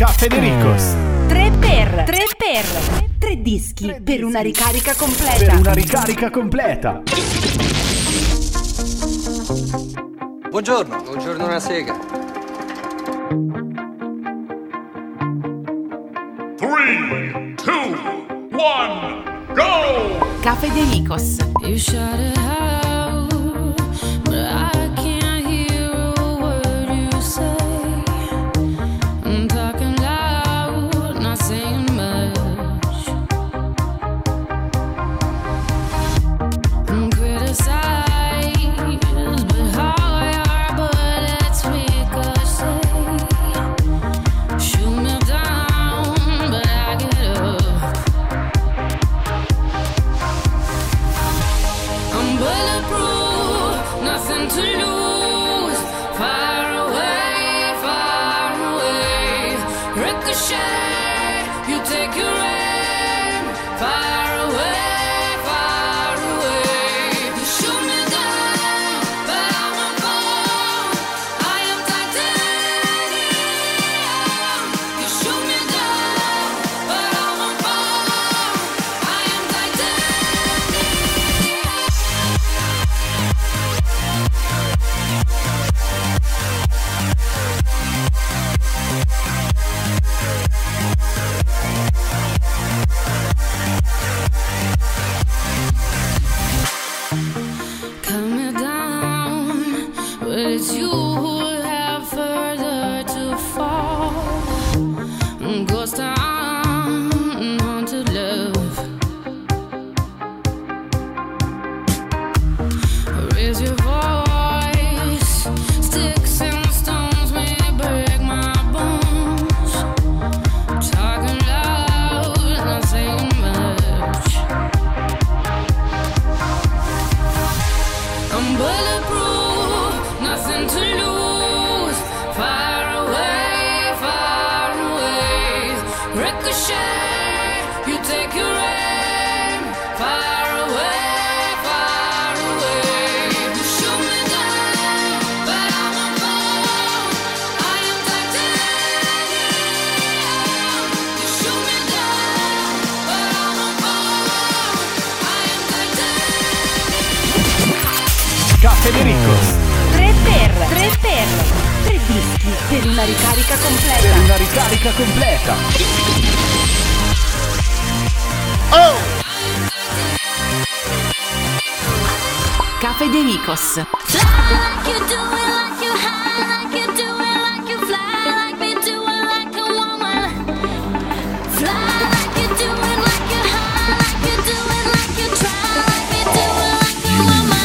Caffedericos. 3 dischi per una ricarica completa. Per una ricarica completa. Buongiorno una sega. 3, 2, 1, go! Caffedericos. You shout it out, but I can't hear a word you say. I'm talking loud, not saying much. I'm criticized, but how your bullets ricochet. Shoot me down, but I get up. I'm bulletproof, nothing to lose. Far away, ricochet, you take your aim. Far away, you shoot me down, but I won't fall. I am titanium. You shoot me down, but I won't fall. I am titanium. Cut me down, but it's you who have further to fall. Ghost town, haunted love. Raise your voice, sticks and stones may break my bones. Talking loud, not saying much. I'm bulletproof, nothing to lose. Far away, ricochet, you take your aim. Far away, you shoot me down, but I won't fall. I am titanium. You shoot me down, but I won't fall. I am titanium. Caffedericos. 3 dischi per una ricarica Per completa. una ricarica completa. Caffedericos. Fly like you do it, like you high, like you do it, like you fly, like me do it, like a woman. Fly like you do it, like you high, like you do it, like you try, like me do it, like a woman.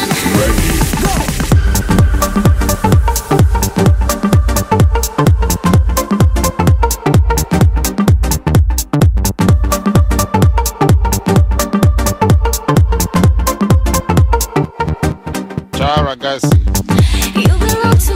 Ciao ragazzi. You belong to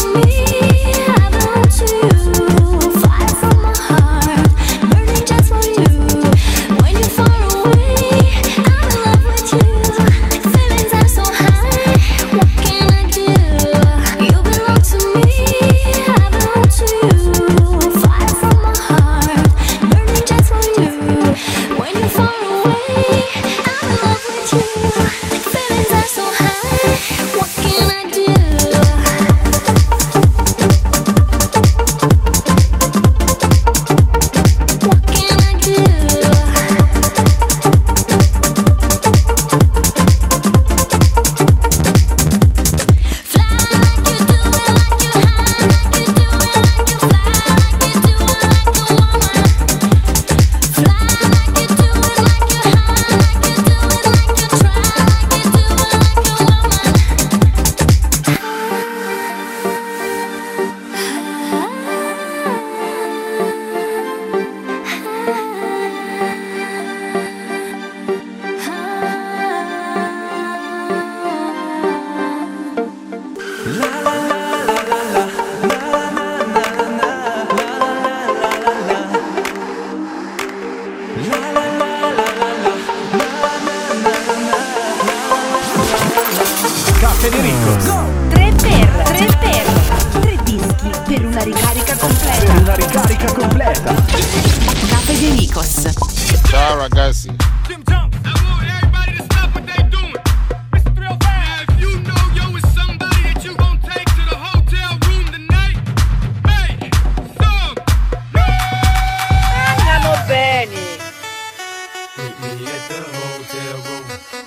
ragazzi. Jim Jump. I want everybody to stop what they doing. Mr. 305. Now, if you know yo is somebody that you gon' take to the hotel room tonight, make some noise. Andiamo bene. Meet me at the hotel room.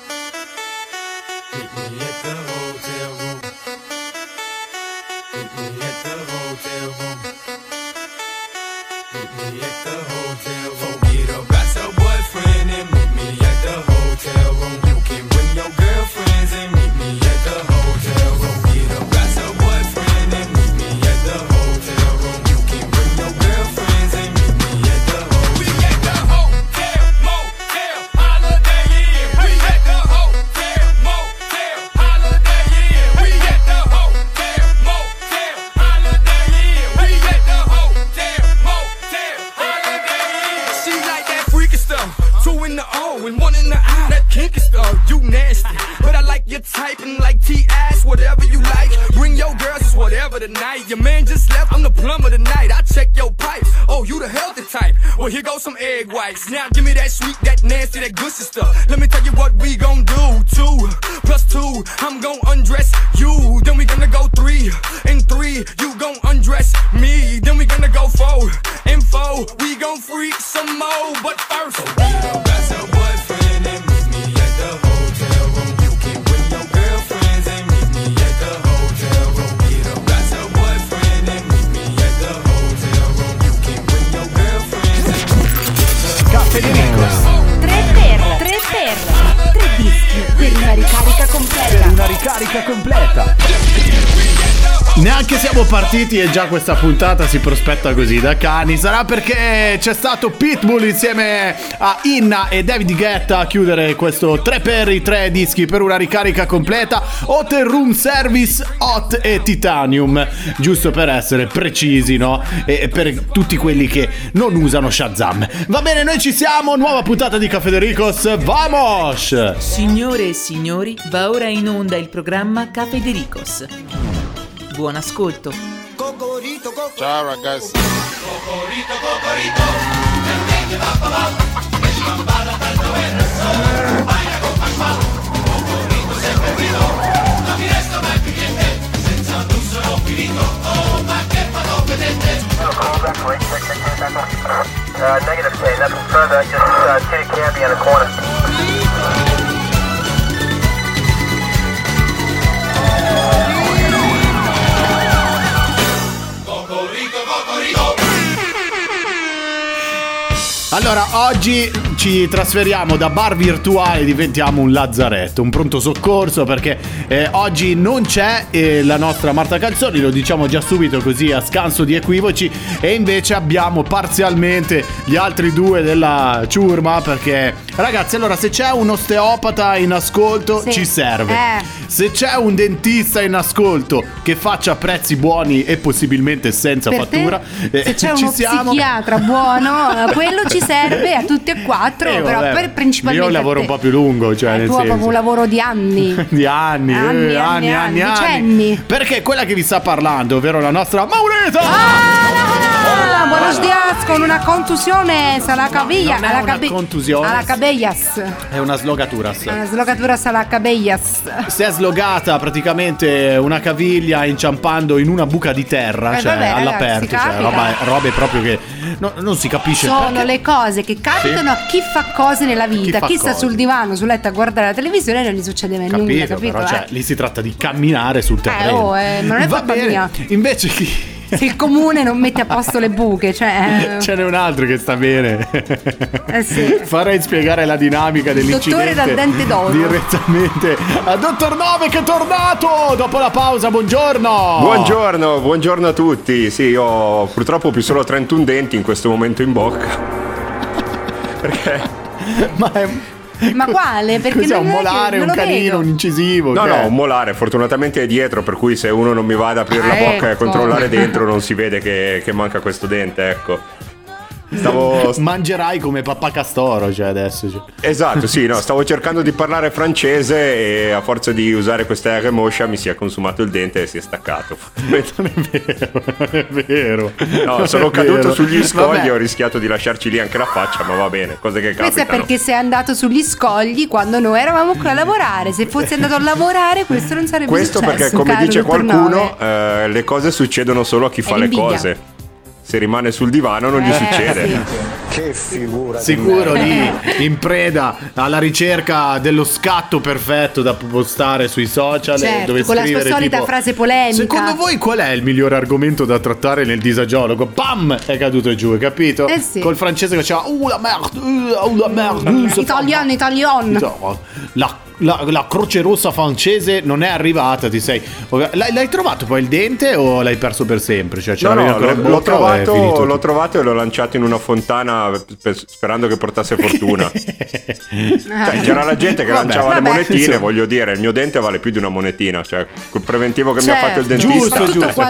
Meet me at the hotel room. Meet me at the hotel room. Meet me at the hotel room. Forget about your boyfriend and meet me at the hotel room. You can bring your girlfriends and meet me at the hotel room. Forget about your boyfriend and meet me at the hotel room. You can bring your girlfriends and meet me at the hotel room. We at the hotel, motel, Holiday Inn. We at the hotel, motel, Holiday Inn. We at the hotel, motel, Holiday Inn. We at the hotel, motel, Holiday Inn. She like that freaky stuff. 2 in the O and 1 in the I. That kinky stuff, you nasty. But I like your type and like T-ass, whatever you like. Bring your girls, it's whatever tonight. Your man just left, I'm the plumber tonight. I check your pipes. Oh, you the healthy type. Well, here goes some egg whites. Now give me that sweet, that nasty, that gushy stuff. Let me tell you what we gon' do. 2 plus 2, I'm gon' undress you. Then we gonna go 3 and 3, you gon' undress me. Then we gonna go 4 and 4, we gon' freak some more. But first, forget about your boyfriend and meet me at the hotel room. You can bring your girlfriends and meet me at the hotel room. Forget about your boyfriend and meet me at the hotel room. You can bring your girlfriends and meet me at the Caffè di Ricos. 3 dischi per una ricarica completa. Per una ricarica completa. Neanche siamo partiti e già questa puntata si prospetta così da cani. Sarà perché c'è stato Pitbull insieme a Inna e David Guetta a chiudere questo 3 per i 3 dischi per una ricarica completa. Hotel Room Service, Hot e Titanium, giusto per essere precisi, no? E per tutti quelli che non usano Shazam. Va bene, noi ci siamo, nuova puntata di Caffè de Ricos, vamos! Signore e signori, va ora in onda il programma Caffè de Ricos. Buon ascolto. Ciao ragazzi. Negative, say nothing further. Just take a candy in the corner. Allora, oggi ci trasferiamo da bar virtuale e diventiamo un lazzaretto, un pronto soccorso, perché oggi non c'è la nostra Marta Calzoni, lo diciamo già subito così a scanso di equivoci, e invece abbiamo parzialmente gli altri 2 della ciurma, perché ragazzi, allora, se c'è un osteopata in ascolto, sì, ci serve. Se c'è un dentista in ascolto che faccia prezzi buoni e possibilmente senza per fattura, se c'è uno psichiatra buono, quello ci serve a tutti e 4, però vabbè, principalmente io lavoro un po' più lungo, cioè nel senso, proprio un lavoro di anni. Di anni, decenni. Perché quella che vi sta parlando, ovvero la nostra Maureta. Buenos días, con una contusione alla caviglia. Non è una contusione. Alla cabellas. È una slogaturas. Una slogaturas alla cabellas. Si è slogata praticamente una caviglia inciampando in una buca di terra, cioè vabbè, all'aperto, cioè robe proprio che non si capisce. Sono perché. Le cose che capitano a chi fa cose nella vita. Chi sta sul divano, sul letto a guardare la televisione non gli succede mai nulla, capito? Però, cioè, lì si tratta di camminare sul terreno. Non è colpa mia. Invece chi... Se il comune non mette a posto le buche, cioè... Ce n'è un altro che sta bene. Sì. Farei spiegare la dinamica dell'incidente. Dottore dal dente d'oro. Direttamente a Dottor Nove, che è tornato dopo la pausa. Buongiorno. Buongiorno a tutti. Sì, io ho purtroppo più solo 31 denti in questo momento in bocca. Perché? Ma quale? Perché cos'è, un molare, un canino, un incisivo? No, un molare, fortunatamente è dietro, per cui se uno non mi va ad aprire la bocca e a controllare dentro non si vede che manca questo dente, ecco. Mangerai come papà Castoro, cioè adesso. Cioè. Esatto, sì, no, stavo cercando di parlare francese e a forza di usare questa R moscia mi si è consumato il dente e si è staccato. Non è vero. No, sono caduto sugli scogli e ho rischiato di lasciarci lì anche la faccia, ma va bene, cose che capitano. Questo è perché sei andato sugli scogli quando noi eravamo qui a lavorare. Se fossi andato a lavorare questo non sarebbe successo. Questo perché, come dice qualcuno, le cose succedono solo a chi fa le cose. Se rimane sul divano non gli succede. Sì. Che figura. Sicuro lì in preda alla ricerca dello scatto perfetto da postare sui social, certo, dove con la scrivere sua solita tipo, frase polemica. secondo voi qual è il migliore argomento da trattare nel disagiologo? Bam! È caduto giù, capito? Sì. Col francese che faceva la merde. Italiano. La Croce Rossa francese non è arrivata, ti sei. L'hai trovato poi il dente o l'hai perso per sempre? Cioè, l'ho trovato e l'ho lanciato in una fontana sperando che portasse fortuna. Cioè, c'era la gente che lanciava le monetine, voglio dire, il mio dente vale più di una monetina, cioè quel preventivo che mi ha fatto il dentista.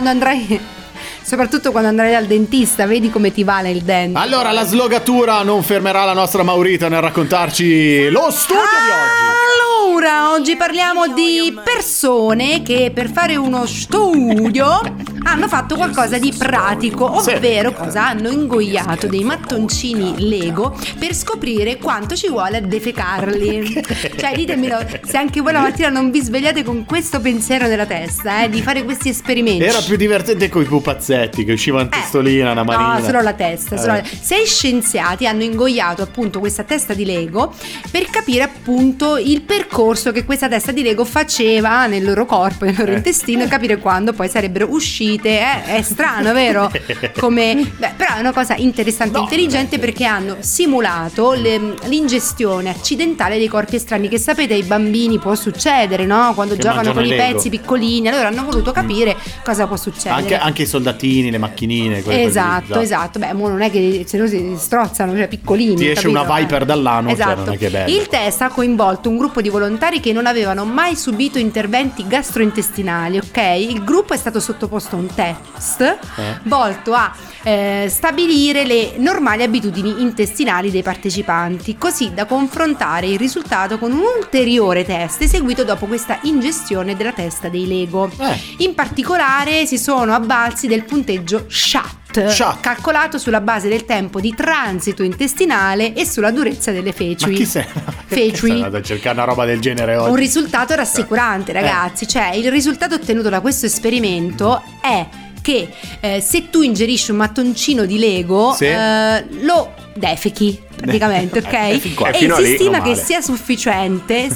Soprattutto quando andrai dal dentista, vedi come ti vale il dente. Allora, la slogatura non fermerà la nostra Maurita nel raccontarci lo studio di oggi. Allora, oggi parliamo di persone che per fare uno studio hanno fatto qualcosa di pratico, ovvero cosa? Hanno ingoiato dei mattoncini Lego per scoprire quanto ci vuole a defecarli. Cioè, ditemelo se anche voi la mattina non vi svegliate con questo pensiero nella testa, di fare questi esperimenti. Era più divertente con i pupazzetti che uscivano testolina, una manina. No, solo la testa. Sei scienziati hanno ingoiato appunto questa testa di Lego per capire appunto il percorso che questa testa di Lego faceva nel loro corpo, nel loro intestino, e capire quando poi sarebbero uscite. È strano, vero? Però è una cosa interessante e intelligente, perché hanno simulato l'ingestione accidentale dei corpi estranei, che sapete ai bambini può succedere, no? Quando giocano con i pezzi piccolini. Allora hanno voluto capire cosa può succedere. Anche i soldatini, le macchinine. Esatto. Beh, non è che se no si strozzano, cioè piccolini. Ti esce una Viper dall'ano, esatto. Cioè non è che è bello. Il test ha coinvolto un gruppo di volontari che non avevano mai subito interventi gastrointestinali, ok? Il gruppo è stato sottoposto a un test volto a stabilire le normali abitudini intestinali dei partecipanti, così da confrontare il risultato con un ulteriore test eseguito dopo questa ingestione della testa dei Lego. In particolare si sono avvalsi del punteggio SHAT, calcolato sulla base del tempo di transito intestinale e sulla durezza delle fecui. Ma chi sei? Fecui. Vado a cercare una roba del genere oggi. Un risultato rassicurante, ragazzi. Cioè, il risultato ottenuto da questo esperimento è che se tu ingerisci un mattoncino di Lego, lo defechi praticamente, ok? E si stima che sia sufficiente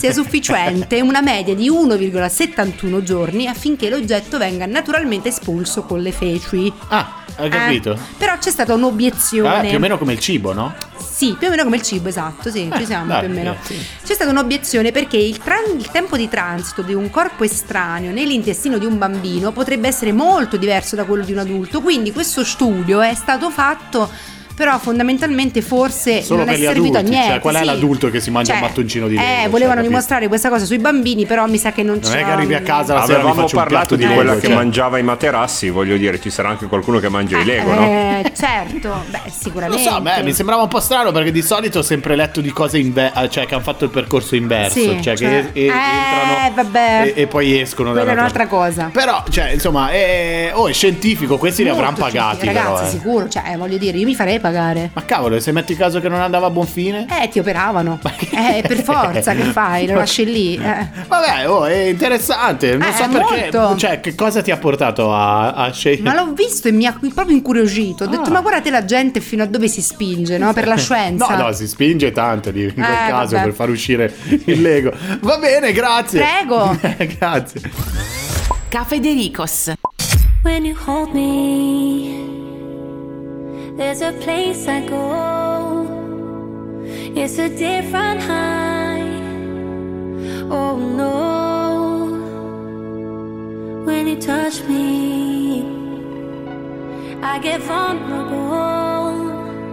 una media di 1,71 giorni affinché l'oggetto venga naturalmente espulso con le fecui. Hai capito? Però c'è stata un'obiezione. Più o meno come il cibo, no? Sì, più o meno come il cibo, esatto, sì, ci siamo più o meno. C'è stata un'obiezione perché il tempo di transito di un corpo estraneo nell'intestino di un bambino potrebbe essere molto diverso da quello di un adulto, quindi questo studio è stato fatto, però fondamentalmente forse solo non per è gli servito adulti. a niente. Cioè, qual è l'adulto che si mangia un mattoncino di Lego? Volevano dimostrare questa cosa sui bambini, però mi sa che non c'è. Non è che arrivi a casa la sera, avevamo parlato di quella Lego, che mangiava i materassi, voglio dire, ci sarà anche qualcuno che mangia i Lego, no? Certo, sicuramente. Lo so, mi sembrava un po' strano, perché di solito ho sempre letto di cose cioè che hanno fatto il percorso inverso, che entrano e poi escono. Quella è un'altra cosa. Però, cioè, insomma, è scientifico, questi li avranno pagati. Ragazzi, però, sicuro, cioè, voglio dire, io mi farei pagare. Ma cavolo, se metti caso che non andava a buon fine? Ti operavano. Per forza, che fai? Lo lasci lì. Vabbè, è interessante. Non so perché. Molto. Cioè, che cosa ti ha portato a scegliere? Ma l'ho visto e mi ha proprio incuriosito. Ho detto, ma guardate la gente fino a dove si spinge, no? Per la scienza. No, si spinge tanto in quel caso per far uscire il Lego. Va bene, grazie. Prego. Grazie. Cafedericos. When you hold me, there's a place I go. It's a different high. Oh no. When you touch me, I get vulnerable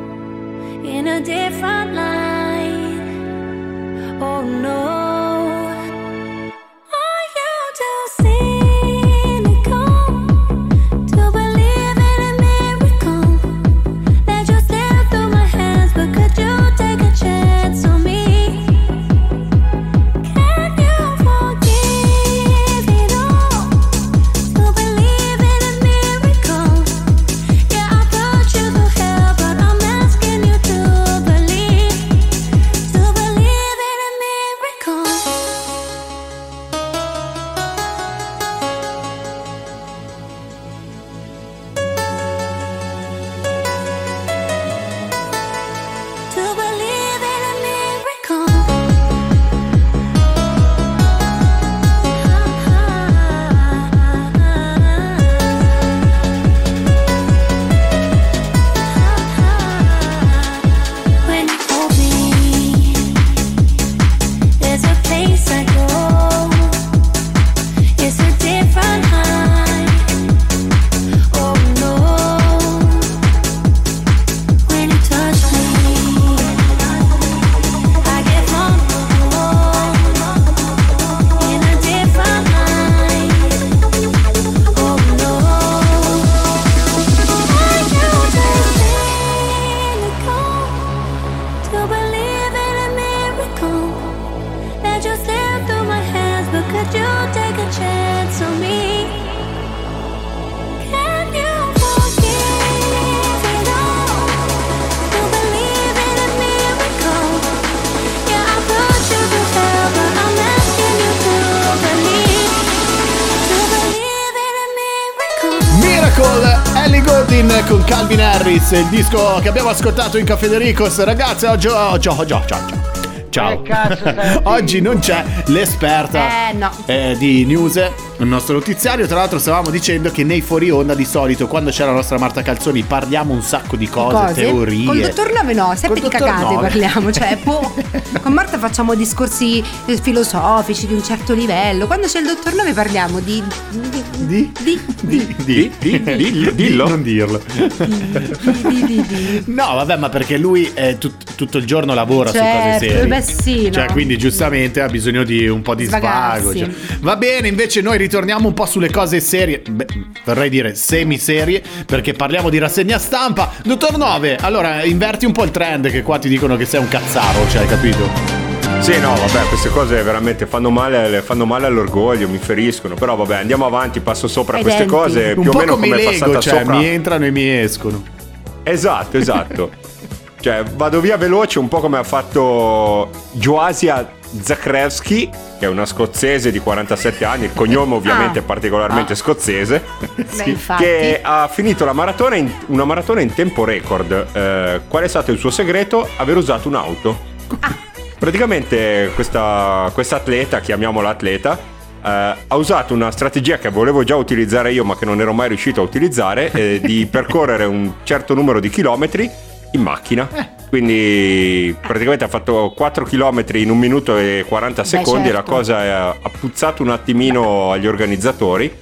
in a different light. Oh no. Are you too cynical to believe in a miracle that just left the Martin con Calvin Harris, il disco che abbiamo ascoltato in Caffè Dericos. Ragazzi, ciao. Oggi non c'è l'esperta di news, il nostro notiziario. Tra l'altro stavamo dicendo che nei fuori onda di solito, quando c'è la nostra Marta Calzoni, parliamo un sacco di cose. Teorie. Con il dottor Nove no, sempre di cagate parliamo. Cioè, con Marta facciamo discorsi filosofici di un certo livello. Quando c'è il dottor Nove parliamo dillo. Non dirlo. No, vabbè, ma perché lui è tutto il giorno lavora su cose serie. Sì, cioè, no. quindi giustamente ha bisogno di un po' di svago. Cioè. Va bene, invece noi ritorniamo un po' sulle cose serie. Vorrei dire semi-serie, perché parliamo di rassegna stampa. Dottor Nove, allora inverti un po' il trend, che qua ti dicono che sei un cazzaro, cioè, hai capito? Sì, no, vabbè, queste cose veramente fanno male all'orgoglio, mi feriscono. Però vabbè, andiamo avanti, passo sopra queste cose. Un più po' o meno come come è Lego, passata cioè, sopra. mi entrano e mi escono. Esatto. Cioè, vado via veloce, un po' come ha fatto Joasia Zakrevski, che è una scozzese di 47 anni, il cognome ovviamente è particolarmente scozzese, che ha finito una maratona in tempo record. Qual è stato il suo segreto? Aver usato un'auto. Praticamente questa atleta, chiamiamola atleta, ha usato una strategia che volevo già utilizzare io ma che non ero mai riuscito a utilizzare, di percorrere un certo numero di chilometri in macchina. Quindi praticamente ha fatto 4 km in 1 minuto e 40 secondi. Certo. La cosa ha puzzato un attimino agli organizzatori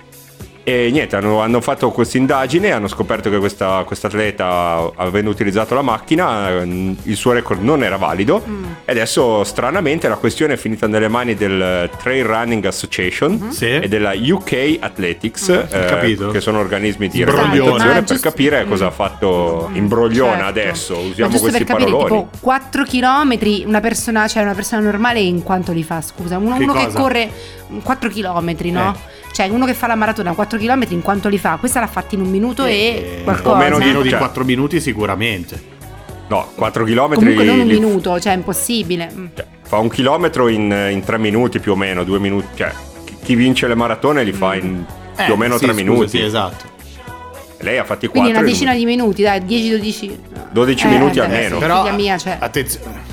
e niente, hanno fatto questa indagine, hanno scoperto che questa atleta, avendo utilizzato la macchina, il suo record non era valido. E adesso stranamente la questione è finita nelle mani del Trail Running Association e della UK Athletics, che sono organismi di regolamentazione, per capire cosa ha fatto. Imbrogliona adesso, usiamo questi paroloni. Tipo 4 km una persona normale in quanto li fa? Scusa, uno che corre 4 km, no? Cioè, uno che fa la maratona 4 km in quanto li fa? Questa l'ha fatta in 1 minuto e qualcosa. O meno di 4 minuti sicuramente. No, 4 km. Comunque non 1 minuto, cioè è impossibile. Cioè, fa 1 chilometro in 3 minuti più o meno, 2 minuti. Cioè, chi vince le maratone li fa in più o meno 3 minuti. Sì, esatto. Lei ha fatti 4. Quindi una decina di minuti, dai, 10-12. 12 minuti almeno. Però, figlia mia, cioè. Attenzione.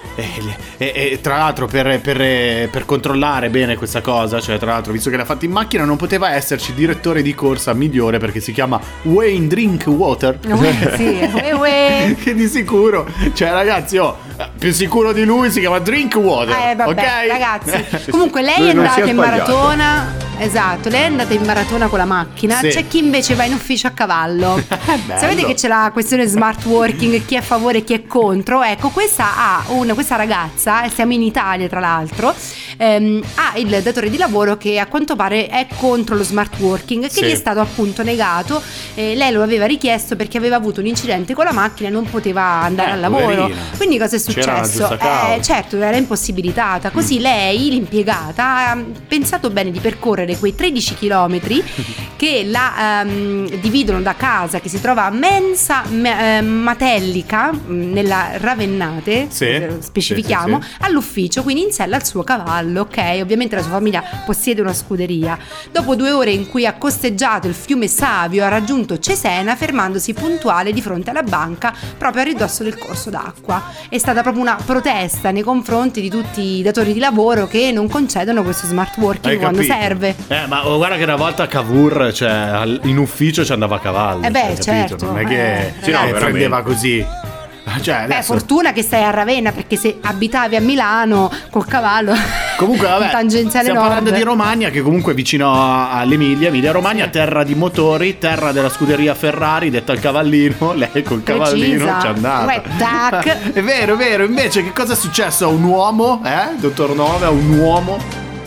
E tra l'altro per controllare bene questa cosa, cioè tra l'altro visto che l'ha fatta in macchina, non poteva esserci direttore di corsa migliore, perché si chiama Wayne Drinkwater. Che di sicuro, cioè ragazzi, più sicuro di lui si chiama Drinkwater. Vabbè, ok ragazzi. Comunque lei è andata in maratona. Esatto, lei è andata in maratona con la macchina. Sì. C'è chi invece va in ufficio a cavallo. Sapete che c'è la questione smart working, chi è a favore e chi è contro? Ecco, questa ragazza, e siamo in Italia tra l'altro, ha il datore di lavoro che a quanto pare è contro lo smart working, che gli è stato appunto negato. Lei lo aveva richiesto perché aveva avuto un incidente con la macchina e non poteva andare al lavoro. Poverina. Quindi cosa è successo? Certo, era impossibilitata. Così lei, l'impiegata, ha pensato bene di percorrere quei 13 chilometri che la dividono da casa, che si trova a Mensa Matellica nella Ravennate, specifichiamo, all'ufficio, quindi in sella al suo cavallo, ok? Ovviamente la sua famiglia possiede una scuderia. Dopo 2 ore in cui ha costeggiato il fiume Savio, ha raggiunto Cesena, fermandosi puntuale di fronte alla banca proprio a ridosso del corso d'acqua. È stata proprio una protesta nei confronti di tutti i datori di lavoro che non concedono questo smart working quando serve. Ma guarda che una volta a Cavour, cioè in ufficio ci andava a cavallo. Certo. Non è che prendeva così. Cioè, adesso... fortuna che stai a Ravenna, perché se abitavi a Milano col cavallo. Comunque vabbè, tangenziale stiamo nord. parlando di Romagna, che comunque è vicino Emilia Romagna, terra di motori, terra della scuderia Ferrari, detta il cavallino. Lei col cavallino ci è andata. È vero. Invece che cosa è successo a un uomo, dottor Nove, a un uomo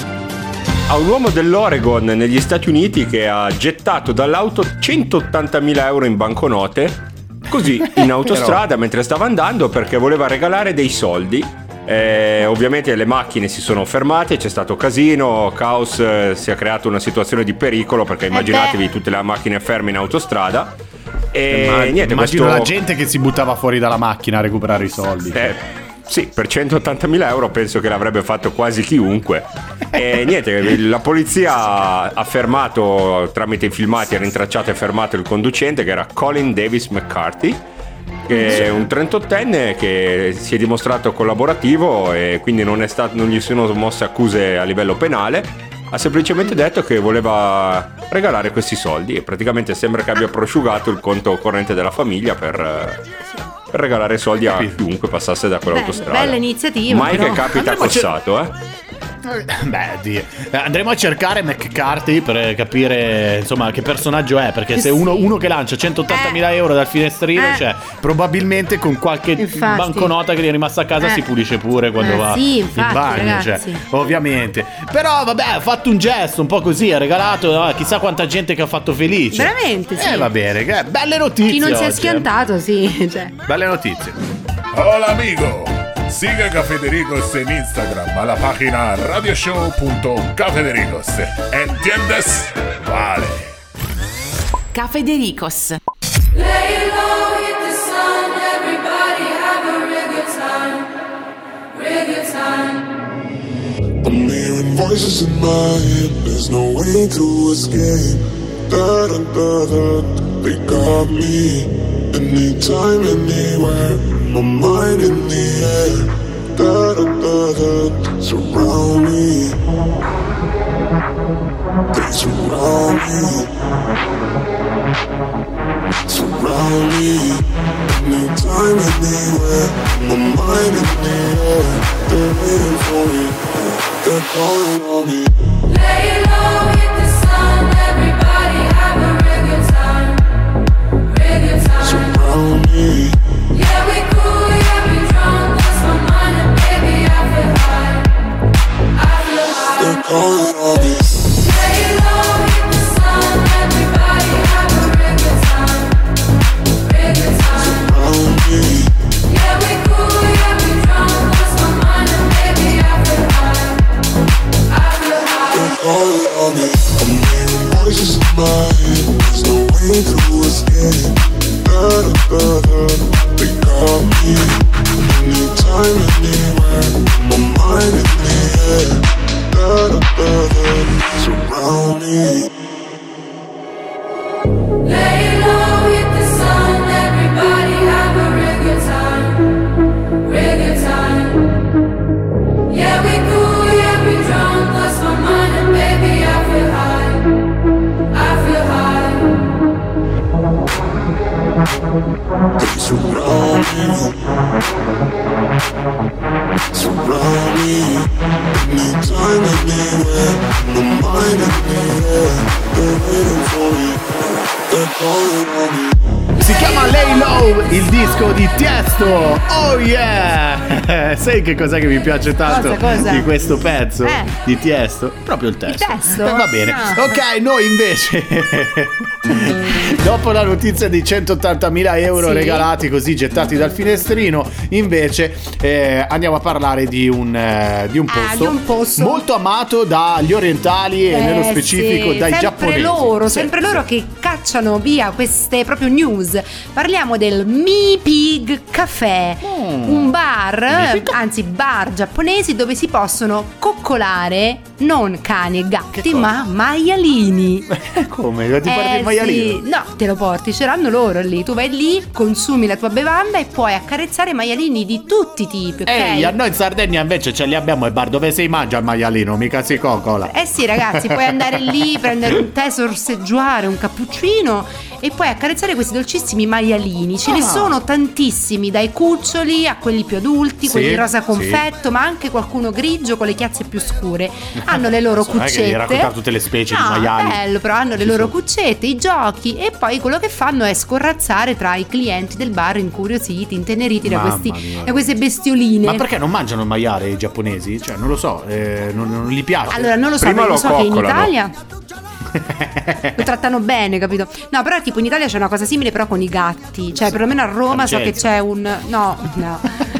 dell'Oregon negli Stati Uniti che ha gettato dall'auto 180.000 euro in banconote così in autostrada mentre stava andando, perché voleva regalare dei soldi. Ovviamente le macchine si sono fermate, c'è stato casino, caos, si è creata una situazione di pericolo, perché immaginatevi tutte le macchine ferme in autostrada. E niente, immagino la gente che si buttava fuori dalla macchina a recuperare i soldi. Sì, per 180.000 euro penso che l'avrebbe fatto quasi chiunque. E niente, la polizia ha fermato, tramite i filmati, ha rintracciato e fermato il conducente, che era Colin Davis McCarthy, che è un 38enne che si è dimostrato collaborativo e quindi non gli sono mosse accuse a livello penale. Ha semplicemente detto che voleva regalare questi soldi e praticamente sembra che abbia prosciugato il conto corrente della famiglia per regalare soldi a chiunque passasse da quell'autostrada. Bella iniziativa. Mai che capita cossato, Beh, andremo a cercare McCarthy per capire insomma che personaggio è, perché se uno che lancia 180.000 euro dal finestrino, cioè probabilmente con qualche banconota che gli è rimasta a casa si pulisce pure quando va in bagno, cioè, ovviamente. Però vabbè, ha fatto un gesto un po' così, ha regalato, chissà quanta gente che ha fatto felice. Veramente, sì. Va bene, belle notizie. Chi non si è oggi, schiantato, sì, cioè. Belle notizie. Hola amigo, siga Cafedericos en Instagram a la página radioshow.cafedericos. ¿Entiendes? Vale. Cafedericos. Lay low, hit the sun, everybody have a real good time. I'm hearing voices in my head, there's no way to escape. Da-da-da-da, they got me. Anytime, anywhere, my mind in the air. Da-da-da-da, surround me. They surround me. Surround me. Anytime, anywhere, my mind in the air. They're waiting for me, they're calling on me. Lay low, hit the sun, everybody have a real good time. Surround me. Yeah, we cool, yeah, we drunk, lost my mind, and baby, I feel high. They're calling on me. Lay low, hit the sun, everybody have a real good time. Surround me. Yeah, we cool, yeah, we drunk, lost my mind, and baby, I feel high. They're calling on me. I'm hearing voices in my head, there's no way to escape. Da-da-da-da, they got me. Anytime, anywhere, my mind in the air. Da-da-da-da, surround me. Lay low, hit the sun, everybody have a real good time. Yeah, we cool, yeah, we drunk, lost my mind, and baby, I feel high. They surround me. Surround me. Anytime, anywhere, my mind in the air. They're waiting for me, they're calling on me. Si chiama Lay Low, il disco di Tiesto. Oh yeah! Sai che cos'è che mi piace tanto Cosa? di questo pezzo di Tiesto? Proprio il testo. Il testo? Va bene. No. Ok, noi invece dopo la notizia di 180.000 euro regalati così, gettati dal finestrino, invece andiamo a parlare di un posto molto amato dagli orientali e nello specifico dai giapponesi. Sempre loro che cacciano via queste proprio news. Parliamo del Mi Pig Café, un bar, anzi bar giapponesi dove si possono coccolare non cani e gatti, ma maialini. Come? Ti porti il maialino? Sì. No, te lo porti, ce l'hanno loro lì. Tu vai lì, consumi la tua bevanda e puoi accarezzare maialini di tutti i tipi, ok? Ehi, a noi in Sardegna invece ce li abbiamo i bar dove si mangia il maialino, mica si coccola. Eh sì ragazzi, puoi andare lì, prendere un tè, sorseggiare un cappuccino e poi accarezzare questi dolcissimi maialini. Ce ne sono tantissimi, dai cuccioli a quelli più adulti, quelli rosa confetto, ma anche qualcuno grigio con le chiazze più scure. Hanno le loro cuccette. Non è che devi raccontare tutte le specie di maiali. Bello, però hanno le loro cuccette, i giochi, e poi quello che fanno è scorrazzare tra i clienti del bar incuriositi, inteneriti da queste bestioline. Ma perché non mangiano il maiale i giapponesi? Cioè non lo so, non gli piace. Allora non lo so, ma lo so che in Italia lo trattano bene, capito? No, però tipo in Italia c'è una cosa simile però con i gatti. Cioè perlomeno a Roma so che c'è un... No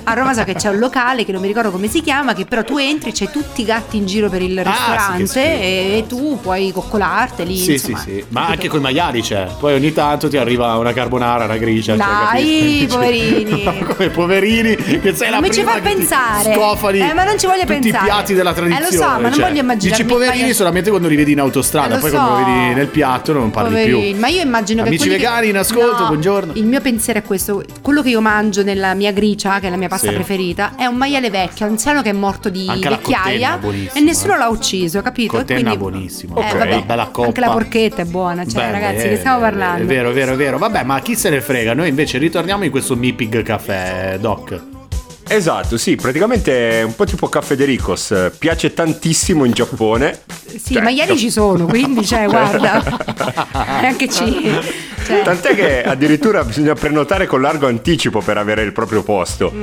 A Roma so che c'è un locale che non mi ricordo come si chiama, che però tu entri, c'hai tutti i gatti in giro per il ristorante, sì, e tu puoi coccolarteli. Sì, insomma, sì. Ma anche coi maiali c'è. Poi ogni tanto ti arriva una carbonara, una grigia. Dai, poverini. Come poverini, che sei la non mi ci prima fa che ti pensare. scofani Ma non ci voglio tutti pensare. i piatti della tradizione. Lo so, ma non voglio immaginare. Dici poverini solamente quando li vedi in autostrada, poi quando lo vedi nel piatto non parli poverini. più. Ma io immagino Amici che vegani in ascolto, buongiorno. Il mio pensiero è questo: quello che io mangio nella mia gricia, che è la mia pasta Sì. preferita, è un maiale vecchio, anziano che è morto di Anche la vecchiaia cottenna, e nessuno l'ha ucciso, capito? Cottenna E quindi, buonissima. vabbè, bella coppa. anche la porchetta è buona, cioè Beh, ragazzi, che stiamo parlando? È vero. Vabbè, ma chi se ne frega? Noi invece ritorniamo in questo Mipig Caffè, Doc. Esatto, sì, praticamente è un po' tipo Caffè de Ricos, piace tantissimo in Giappone. Sì, i maiali ci sono, quindi guarda, anche Tant'è che addirittura bisogna prenotare con largo anticipo per avere il proprio posto.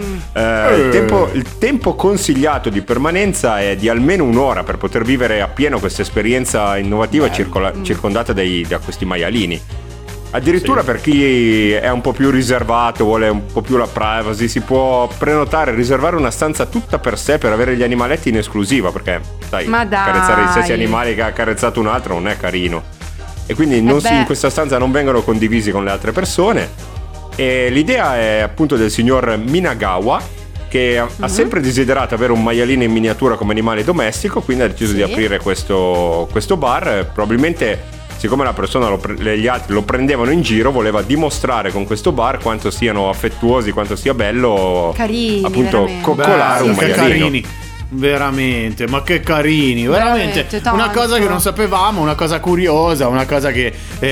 Il tempo consigliato di permanenza è di almeno un'ora per poter vivere appieno questa esperienza innovativa circondata da questi maialini. Addirittura per chi è un po' più riservato, vuole un po' più la privacy, si può prenotare, riservare una stanza tutta per sé per avere gli animaletti in esclusiva, perché sai, Ma dai. carezzare gli stessi animali che ha carezzato un altro non è carino. E quindi in questa stanza non vengono condivisi con le altre persone. E l'idea è appunto del signor Minagawa, che ha sempre desiderato avere un maialino in miniatura come animale domestico, quindi ha deciso di aprire questo bar. Probabilmente, siccome la persona gli altri lo prendevano in giro, voleva dimostrare con questo bar quanto siano affettuosi, quanto sia bello carini, appunto veramente. coccolare un maialino. Carini. Veramente, ma che carini, veramente una cosa che non sapevamo, una cosa curiosa, una cosa che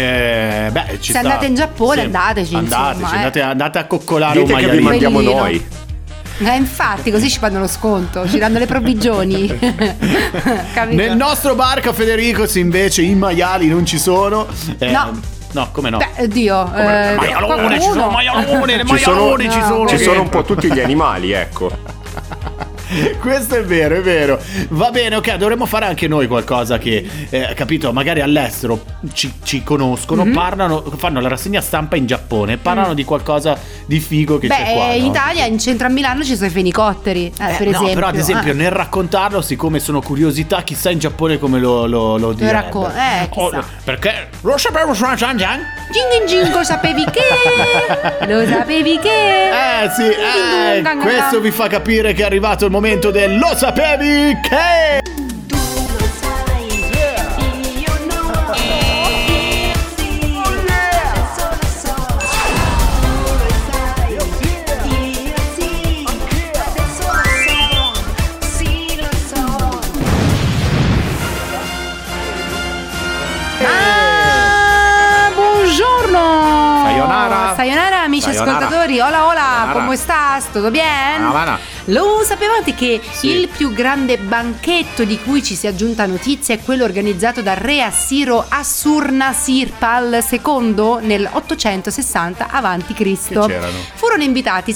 ci se sta. andate in Giappone, andateci, andate a coccolare Dite un che maialino. vi mandiamo noi. Infatti, così ci fanno lo sconto, ci danno le provvigioni. Capito? Nel nostro bar Caffè de Ricos invece i maiali non ci sono. No, come no? Beh, oddio, maialone, ci sono maialone, ci sono un po' tutti gli animali, ecco. Questo è vero. Va bene, ok, dovremmo fare anche noi qualcosa che, capito, magari all'estero ci conoscono, fanno la rassegna stampa in Giappone, parlano di qualcosa di figo che c'è qua. in no? Italia, in centro a Milano ci sono i fenicotteri, per esempio. Però ad esempio nel raccontarlo, siccome sono curiosità, chissà in Giappone come lo direbbe. Chissà. Perché lo sapevo su Gingo, sapevi che? Lo sapevi che? Sì, questo vi fa capire che è arrivato il momento del lo sapevi che? Sayonara amici ascoltatori, hola, come stai? Tutto bene? Lo sapevate che il più grande banchetto di cui ci si è aggiunta notizia è quello organizzato dal re assiro Assurnasirpal II nel 860 a.C.? Furono invitati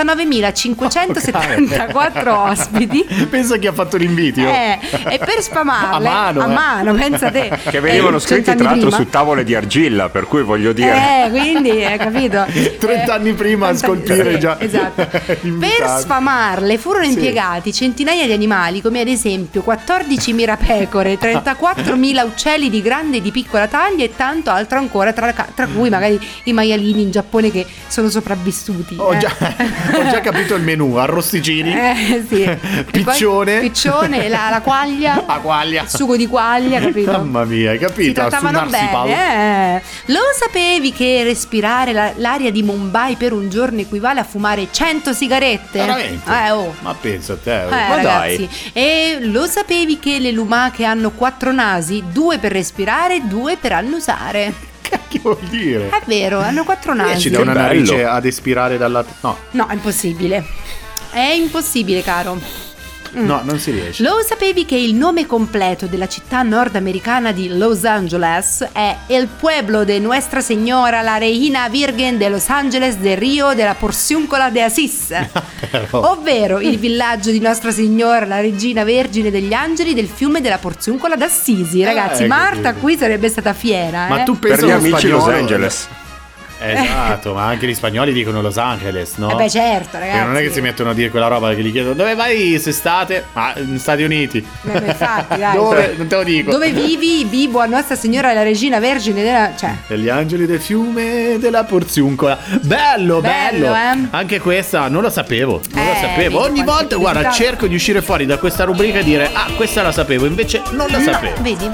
69.574 ospiti. Pensa chi ha fatto l'invito. E per sfamarle a mano, pensa te. Che venivano scritti tra l'altro su tavole di argilla, per cui voglio dire. Quindi hai capito? 30 anni prima a scolpire già. Esatto. Per sfamarle furono impiegati centinaia di animali, come ad esempio 14.000 pecore, 34.000 uccelli di grande e di piccola taglia e tanto altro ancora, tra cui magari i maialini in Giappone che sono sopravvissuti. Ho già capito il menù: arrosticini, sì. piccione, la quaglia, il sugo di quaglia, capito? Mamma mia, hai capito? Si trattavano bene. Lo sapevi che respirare l'aria di Mumbai per un giorno equivale a fumare 100 sigarette? Veramente? Ma pensa a te. Ma ragazzi, e lo sapevi che le lumache hanno 4 nasi? 2 per respirare, 2 per annusare. Che vuol dire? È vero, hanno 4 nasi. Ci dà una narice ad espirare dalla... No, è impossibile. È impossibile, caro. No, non si riesce. Lo sapevi che il nome completo della città nordamericana di Los Angeles è El Pueblo de Nuestra Señora la Reina Virgen de Los Angeles de Rio de la Porciúncola de Asís, ovvero il villaggio di Nostra Signora la Regina Vergine degli Angeli del fiume della Porciúncola d'Assisi. Ragazzi, Marta qui sarebbe stata fiera. Ma tu pensi per gli amici Los Angeles? Esatto, ma anche gli spagnoli dicono Los Angeles, no? Beh, certo, ragazzi. E non è che si mettono a dire quella roba che gli chiedono dove vai quest'estate? Ma negli Stati Uniti. Infatti, dai. Dove? Non te lo dico. Dove vivi? Vivo a Nostra Signora la Regina Vergine della... Cioè. Degli angeli del fiume della Porziuncola. Bello. Anche questa non lo sapevo. Ogni volta, guarda, cerco di uscire fuori da questa rubrica e dire ah, questa la sapevo, invece non la sapevo. Vedi?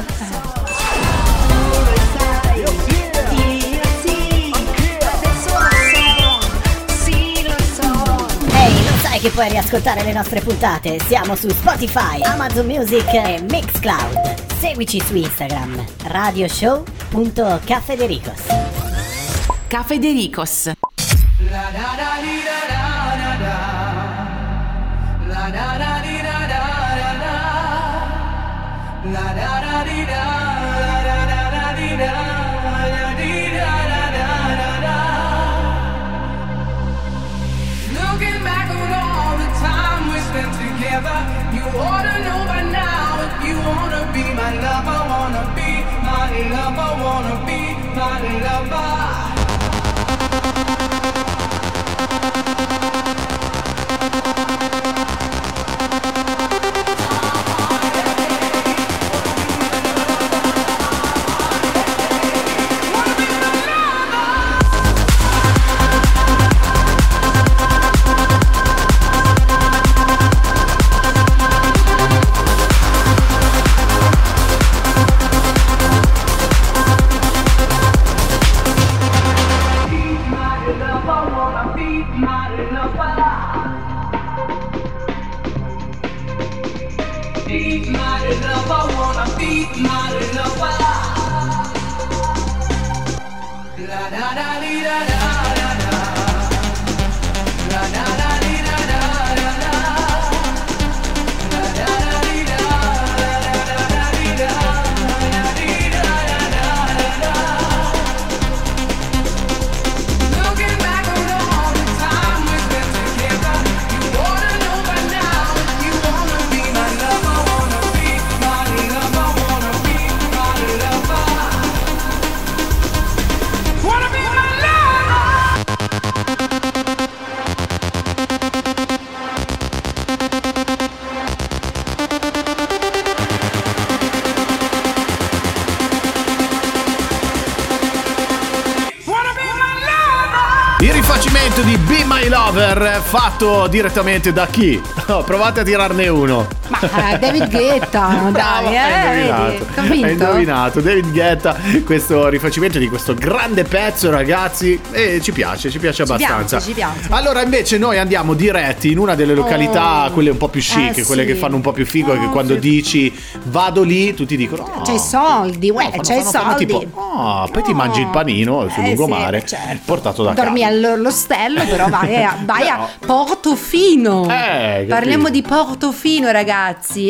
Che puoi riascoltare le nostre puntate. Siamo su Spotify, Amazon Music e Mixcloud. Seguici su Instagram, radioshow.cafedericos. Cafedericos. You ought to know by now if you wanna be my lover, wanna be my lover, wanna be my lover. Il rifacimento di Be My Lover fatto direttamente da chi? Oh, provate a tirarne uno. Ma David Guetta, dai, hai indovinato, David Guetta, questo rifacimento di questo grande pezzo, ragazzi, e ci piace abbastanza. Ci piace. Allora invece noi andiamo diretti in una delle località, quelle un po' più chic, quelle che fanno un po' più figo, che quando dici vado lì, tutti dicono c'hai soldi, c'hai soldi. Tipo, poi ti mangi il panino sul lungomare, portato da casa. Dormi all'ostello, però vai a Portofino. Parliamo di Portofino, ragazzi.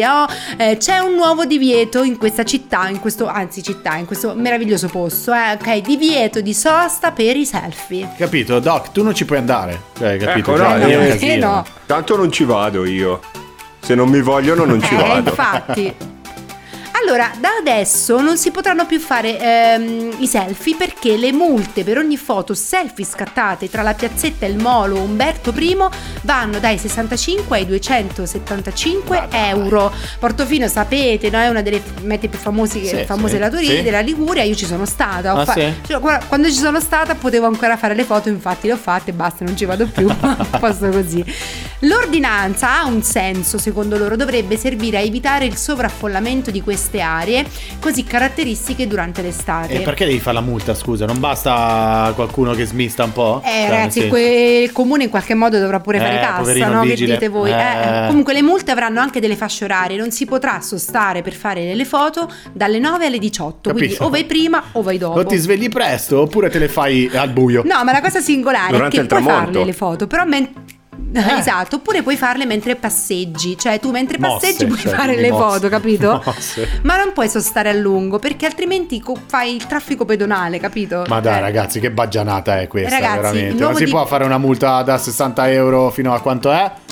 C'è un nuovo divieto in questa città, in questo meraviglioso posto, ok? Divieto di sosta per i selfie. Capito, Doc, tu non ci puoi andare. Capito? No. Tanto non ci vado io. Se non mi vogliono non ci vado. Infatti. Allora, da adesso non si potranno più fare i selfie, perché le multe per ogni foto selfie scattate tra la piazzetta e il molo Umberto I vanno dai 65 ai 275 euro. Portofino, sapete, no? È una delle mete più famose della Liguria. Io ci sono stata. Quando ci sono stata potevo ancora fare le foto, infatti le ho fatte, basta, non ci vado più. Posto così. L'ordinanza ha un senso, secondo loro, dovrebbe servire a evitare il sovraffollamento di queste aree così caratteristiche durante l'estate. E perché devi fare la multa, scusa? Non basta qualcuno che smista un po'? Ragazzi, il comune in qualche modo dovrà pure fare cassa, no? Che dite voi? Comunque le multe avranno anche delle fasce orarie, non si potrà sostare per fare le foto dalle 9 alle 18. Capito? Quindi o vai prima o vai dopo. O ti svegli presto oppure te le fai al buio. No, ma la cosa singolare durante è che puoi farle le foto, però esatto, oppure puoi farle mentre passeggi, cioè tu mentre passeggi puoi fare le foto, capito? Ma non puoi sostare a lungo, perché altrimenti fai il traffico pedonale, capito? Ma dai, ragazzi, che baggianata è questa, ragazzi, veramente? Ma si può fare una multa da 60 euro fino a quanto è?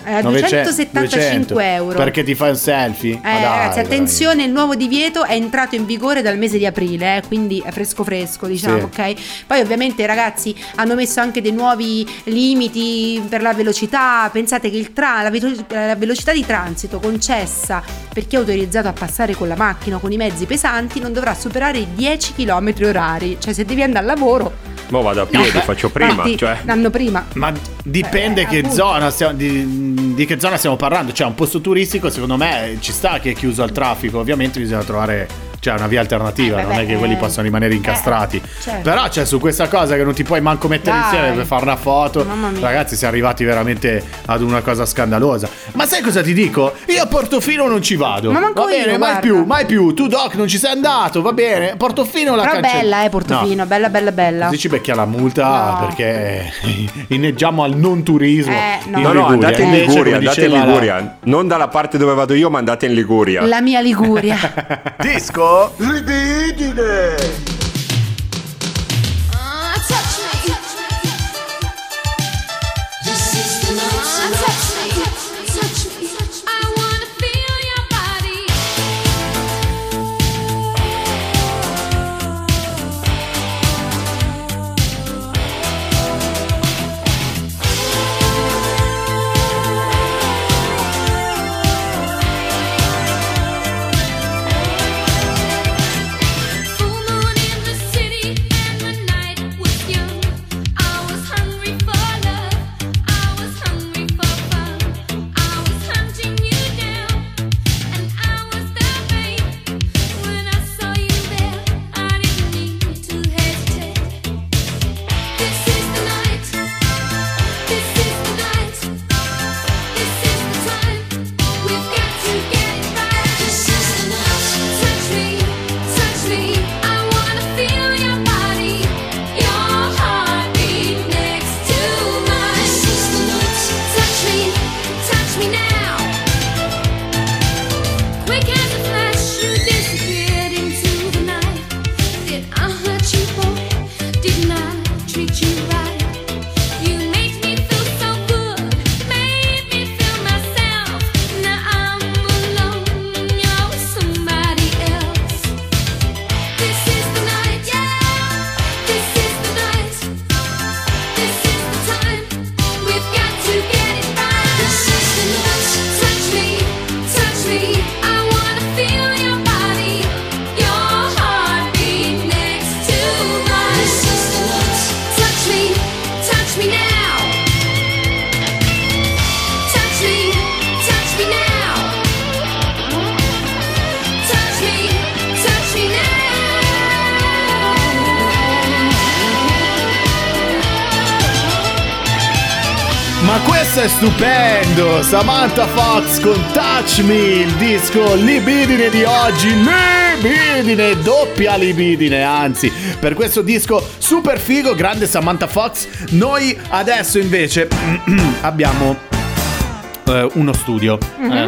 275 euro. Perché ti fai un selfie? Ma dai, ragazzi, attenzione, il nuovo divieto è entrato in vigore dal mese di aprile, quindi è fresco, diciamo, sì. ok? Poi ovviamente, ragazzi, hanno messo anche dei nuovi limiti per la velocità. Pensate che la velocità di transito concessa per chi è autorizzato a passare con la macchina o con i mezzi pesanti non dovrà superare i 10 km orari. Cioè, se devi andare al lavoro, mo vado a piedi, faccio prima, cioè. L'anno prima. Ma dipende che zona di che zona stiamo parlando. Cioè, un posto turistico, secondo me, ci sta che è chiuso al traffico. Ovviamente bisogna trovare una via alternativa, non è che quelli possono rimanere incastrati. Certo. Però c'è su questa cosa che non ti puoi manco mettere insieme per fare una foto. Mamma mia. Ragazzi, siamo arrivati veramente ad una cosa scandalosa. Ma sai cosa ti dico? Io a Portofino non ci vado. Ma manco va bene, io, mai più. Tu, Doc, non ci sei andato, va bene. Portofino la Però cancelli. bella, Portofino, no. bella. Così ci becchia la multa, perché inneggiamo al non turismo. No, andate in Liguria, non dalla parte dove vado io, ma andate in Liguria. La mia Liguria. Disco Libidine. Ma questo è stupendo! Samantha Fox con Touch Me, il disco libidine di oggi. Libidine, doppia libidine, anzi, per questo disco super figo, grande Samantha Fox. Noi adesso invece abbiamo uno studio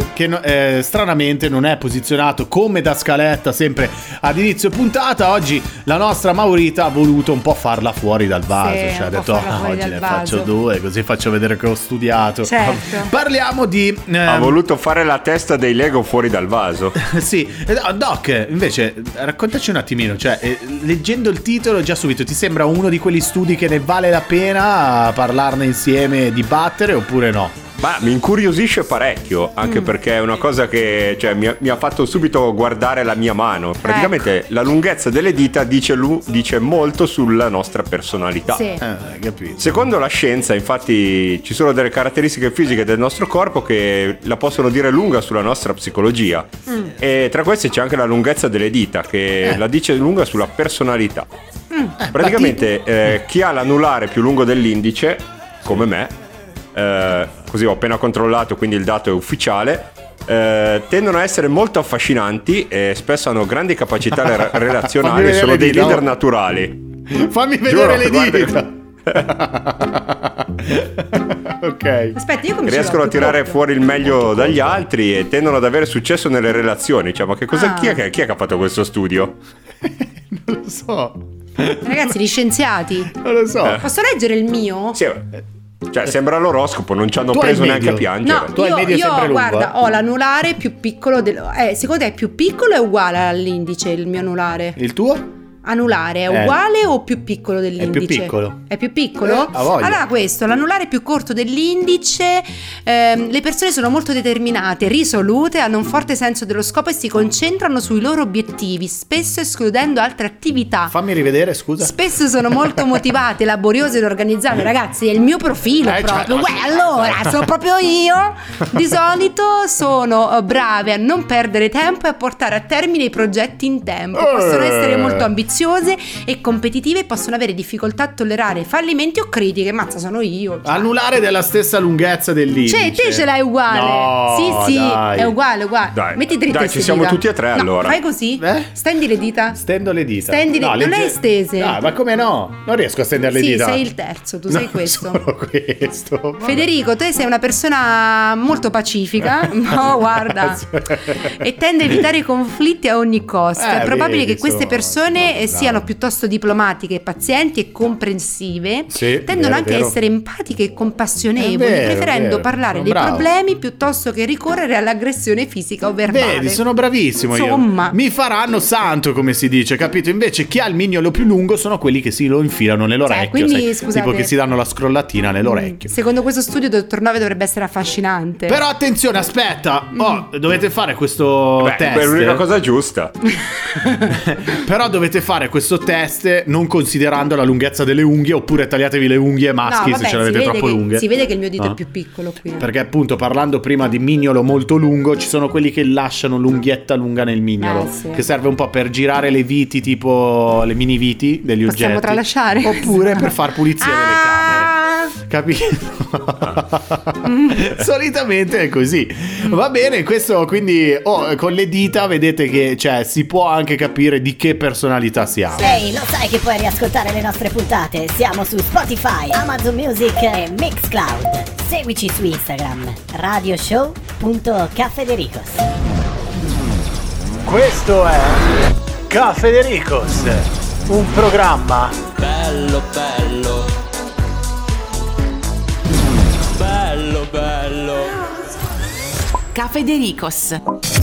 che stranamente non è posizionato come da scaletta sempre ad inizio puntata. Oggi la nostra Maurita ha voluto un po' farla fuori dal vaso, cioè ha detto oggi ne faccio due così faccio vedere che ho studiato. Certo. Parliamo di ha voluto fare la testa dei Lego fuori dal vaso. sì. Doc, invece raccontaci un attimino, cioè leggendo il titolo già subito ti sembra uno di quegli studi che ne vale la pena parlarne insieme, dibattere, oppure no? Ma mi incuriosisce parecchio, anche perché è una cosa che mi ha fatto subito guardare la mia mano. Praticamente la lunghezza delle dita dice molto sulla nostra personalità. Sì. Capito. Secondo la scienza, infatti, ci sono delle caratteristiche fisiche del nostro corpo che la possono dire lunga sulla nostra psicologia. E tra queste c'è anche la lunghezza delle dita, che la dice lunga sulla personalità. Praticamente chi ha l'anulare più lungo dell'indice, come me, così ho appena controllato, quindi il dato è ufficiale, tendono a essere molto affascinanti e spesso hanno grandi capacità relazionali e sono dei leader naturali. Fammi vedere le dita. Ok. Aspetta, io come riescono a tirare fuori il meglio dagli altri e tendono ad avere successo nelle relazioni. Cioè, ma che cosa? Chi è che ha fatto questo studio? Non lo so. Ragazzi, gli scienziati. Non lo so. Posso leggere il mio? Sì. Cioè, sembra l'oroscopo, non ci hanno Tu hai preso il neanche a medio. piangere. No, Tu hai il medio sempre lungo, guarda, ho l'anulare più piccolo secondo te è più piccolo o è uguale all'indice il mio anulare? Il tuo? Anulare è uguale o più piccolo dell'indice? È più piccolo. È più piccolo? Ha voglia. Allora questo, l'anulare più corto dell'indice, le persone sono molto determinate, risolute, hanno un forte senso dello scopo e si concentrano sui loro obiettivi, spesso escludendo altre attività. Fammi rivedere, scusa. Spesso sono molto motivate, laboriose ed organizzate, ragazzi, è il mio profilo proprio. Allora, sono proprio io. Di solito sono brave a non perdere tempo e a portare a termine i progetti in tempo. Possono essere molto ambiziose e competitive e possono avere difficoltà a tollerare fallimenti o critiche. Mazza, sono io. Anulare della stessa lunghezza dell'indice. Cioè, te ce l'hai uguale. No, sì, dai. è uguale. Dai. Metti dritte Dai, ste ci siamo dita. tutti e tre, No, allora. fai così. Stendi le dita. Stendo le dita. Non è estese. No, ma come no? Non riesco a stendere le Sì, dita. sei il terzo, tu sei questo. Solo questo. Vabbè. Federico, te sei una persona molto pacifica, no, guarda, e tende a evitare i conflitti a ogni costo. È probabile vedi, che queste insomma. persone siano piuttosto diplomatiche, pazienti e comprensive. Sì, tendono vero, anche a vero. essere empatiche e compassionevoli, È vero, preferendo vero. parlare Sono dei bravo. problemi piuttosto che ricorrere all'aggressione fisica o verbale. Vedi, sono bravissimo Insomma. io. Mi faranno santo, come si dice, capito? Invece chi ha il mignolo più lungo sono quelli che si lo infilano nell'orecchio. quindi, sai, scusate. tipo che si danno la scrollatina nell'orecchio. Secondo questo studio, Dottor Nove dovrebbe essere affascinante. Però attenzione, aspetta. Dovete fare questo test. È l'unica cosa giusta. Però dovete fare questo test non considerando la lunghezza delle unghie, oppure tagliatevi le unghie maschi No, se vabbè, ce l'avete si vede troppo che- lunghe. Si vede che il mio dito Ah. è più piccolo qui. Perché appunto parlando prima di mignolo molto lungo, ci sono quelli che lasciano l'unghietta lunga nel mignolo, sì. che serve un po' per girare le viti, tipo le mini viti degli Possiamo oggetti. tralasciare? Oppure per far pulizia delle camere. Capito? Solitamente è così. Va bene, questo quindi con le dita vedete che cioè, si può anche capire di che personalità siamo. Ehi, lo sai che puoi riascoltare le nostre puntate? Siamo su Spotify, Amazon Music e Mixcloud. Seguici su Instagram, radioshow.cafedericos. Questo è Cafedericos, un programma Bello, bello. Bello, bello. Cafedericos.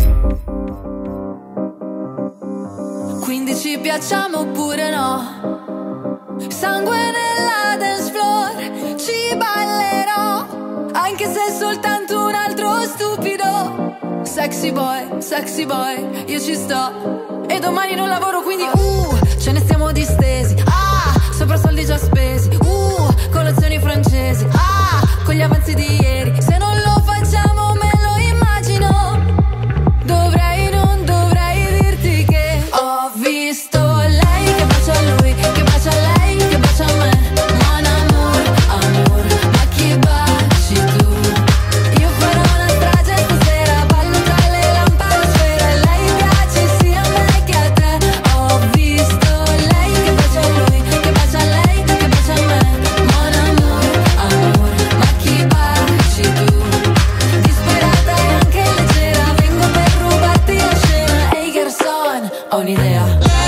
Quindi ci piacciamo oppure no? Sangue nella dance floor, ci ballerò, anche se è soltanto un altro stupido. Sexy boy, io ci sto. E domani non lavoro, quindi ce ne stiamo distesi. Sopra soldi già spesi. Colazioni francesi. Con gli avanzi di ieri. Se non lo facciamo me lo immagino. Non dovrei dirti che ho visto lei che bacia a lui, che bacia a lei, che bacia a me. Mon amour, amor, ma chi baci tu? Io farò una strage stasera, ballo tra le lampadosfere. Lei piace sia a me che a te. Ho visto lei che bacia a lui, che bacia a lei, che bacia a me. Mon amour, amor, ma chi baci tu? Disperata e anche leggera, vengo per rubarti la scena. Ehi garçon, ho un'idea.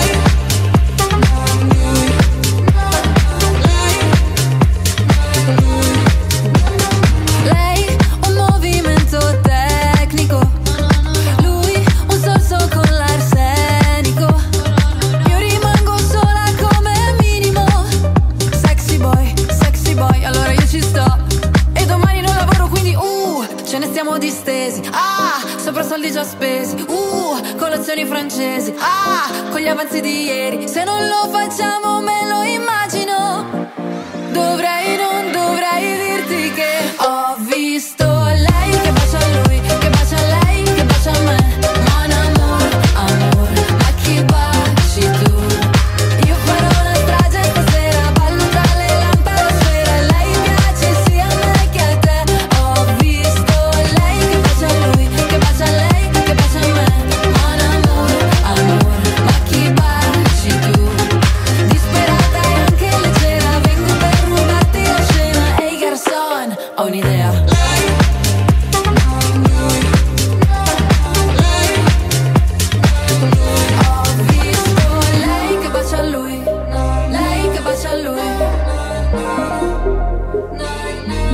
Lei un movimento tecnico, lui un sorso con l'arsenico. Io rimango sola come minimo. Sexy boy, allora io ci sto. E domani non lavoro, quindi ce ne stiamo distesi. Sopra soldi già spesi. Colazioni francesi. Con gli avanzi di ieri. Se non lo facciamo me lo immagino. Non dovrei dirti che ho visto lei che bacia a lui, che bacia a lei, che bacia a me. Mon amour, amor, ma chi baci tu? Io farò una strage stasera, ballo tra le lampadosfere. Lei piace sia a me che a te. Ho visto lei che bacia a lui, che bacia a lei, che bacia a me. Mon amour, amor, ma chi baci tu? Disperata e anche leggera, vengo per rubarti la scena. Ehi garçon, ho un'idea. Ho visto lei che bacia a lui, lei che bacia a lui.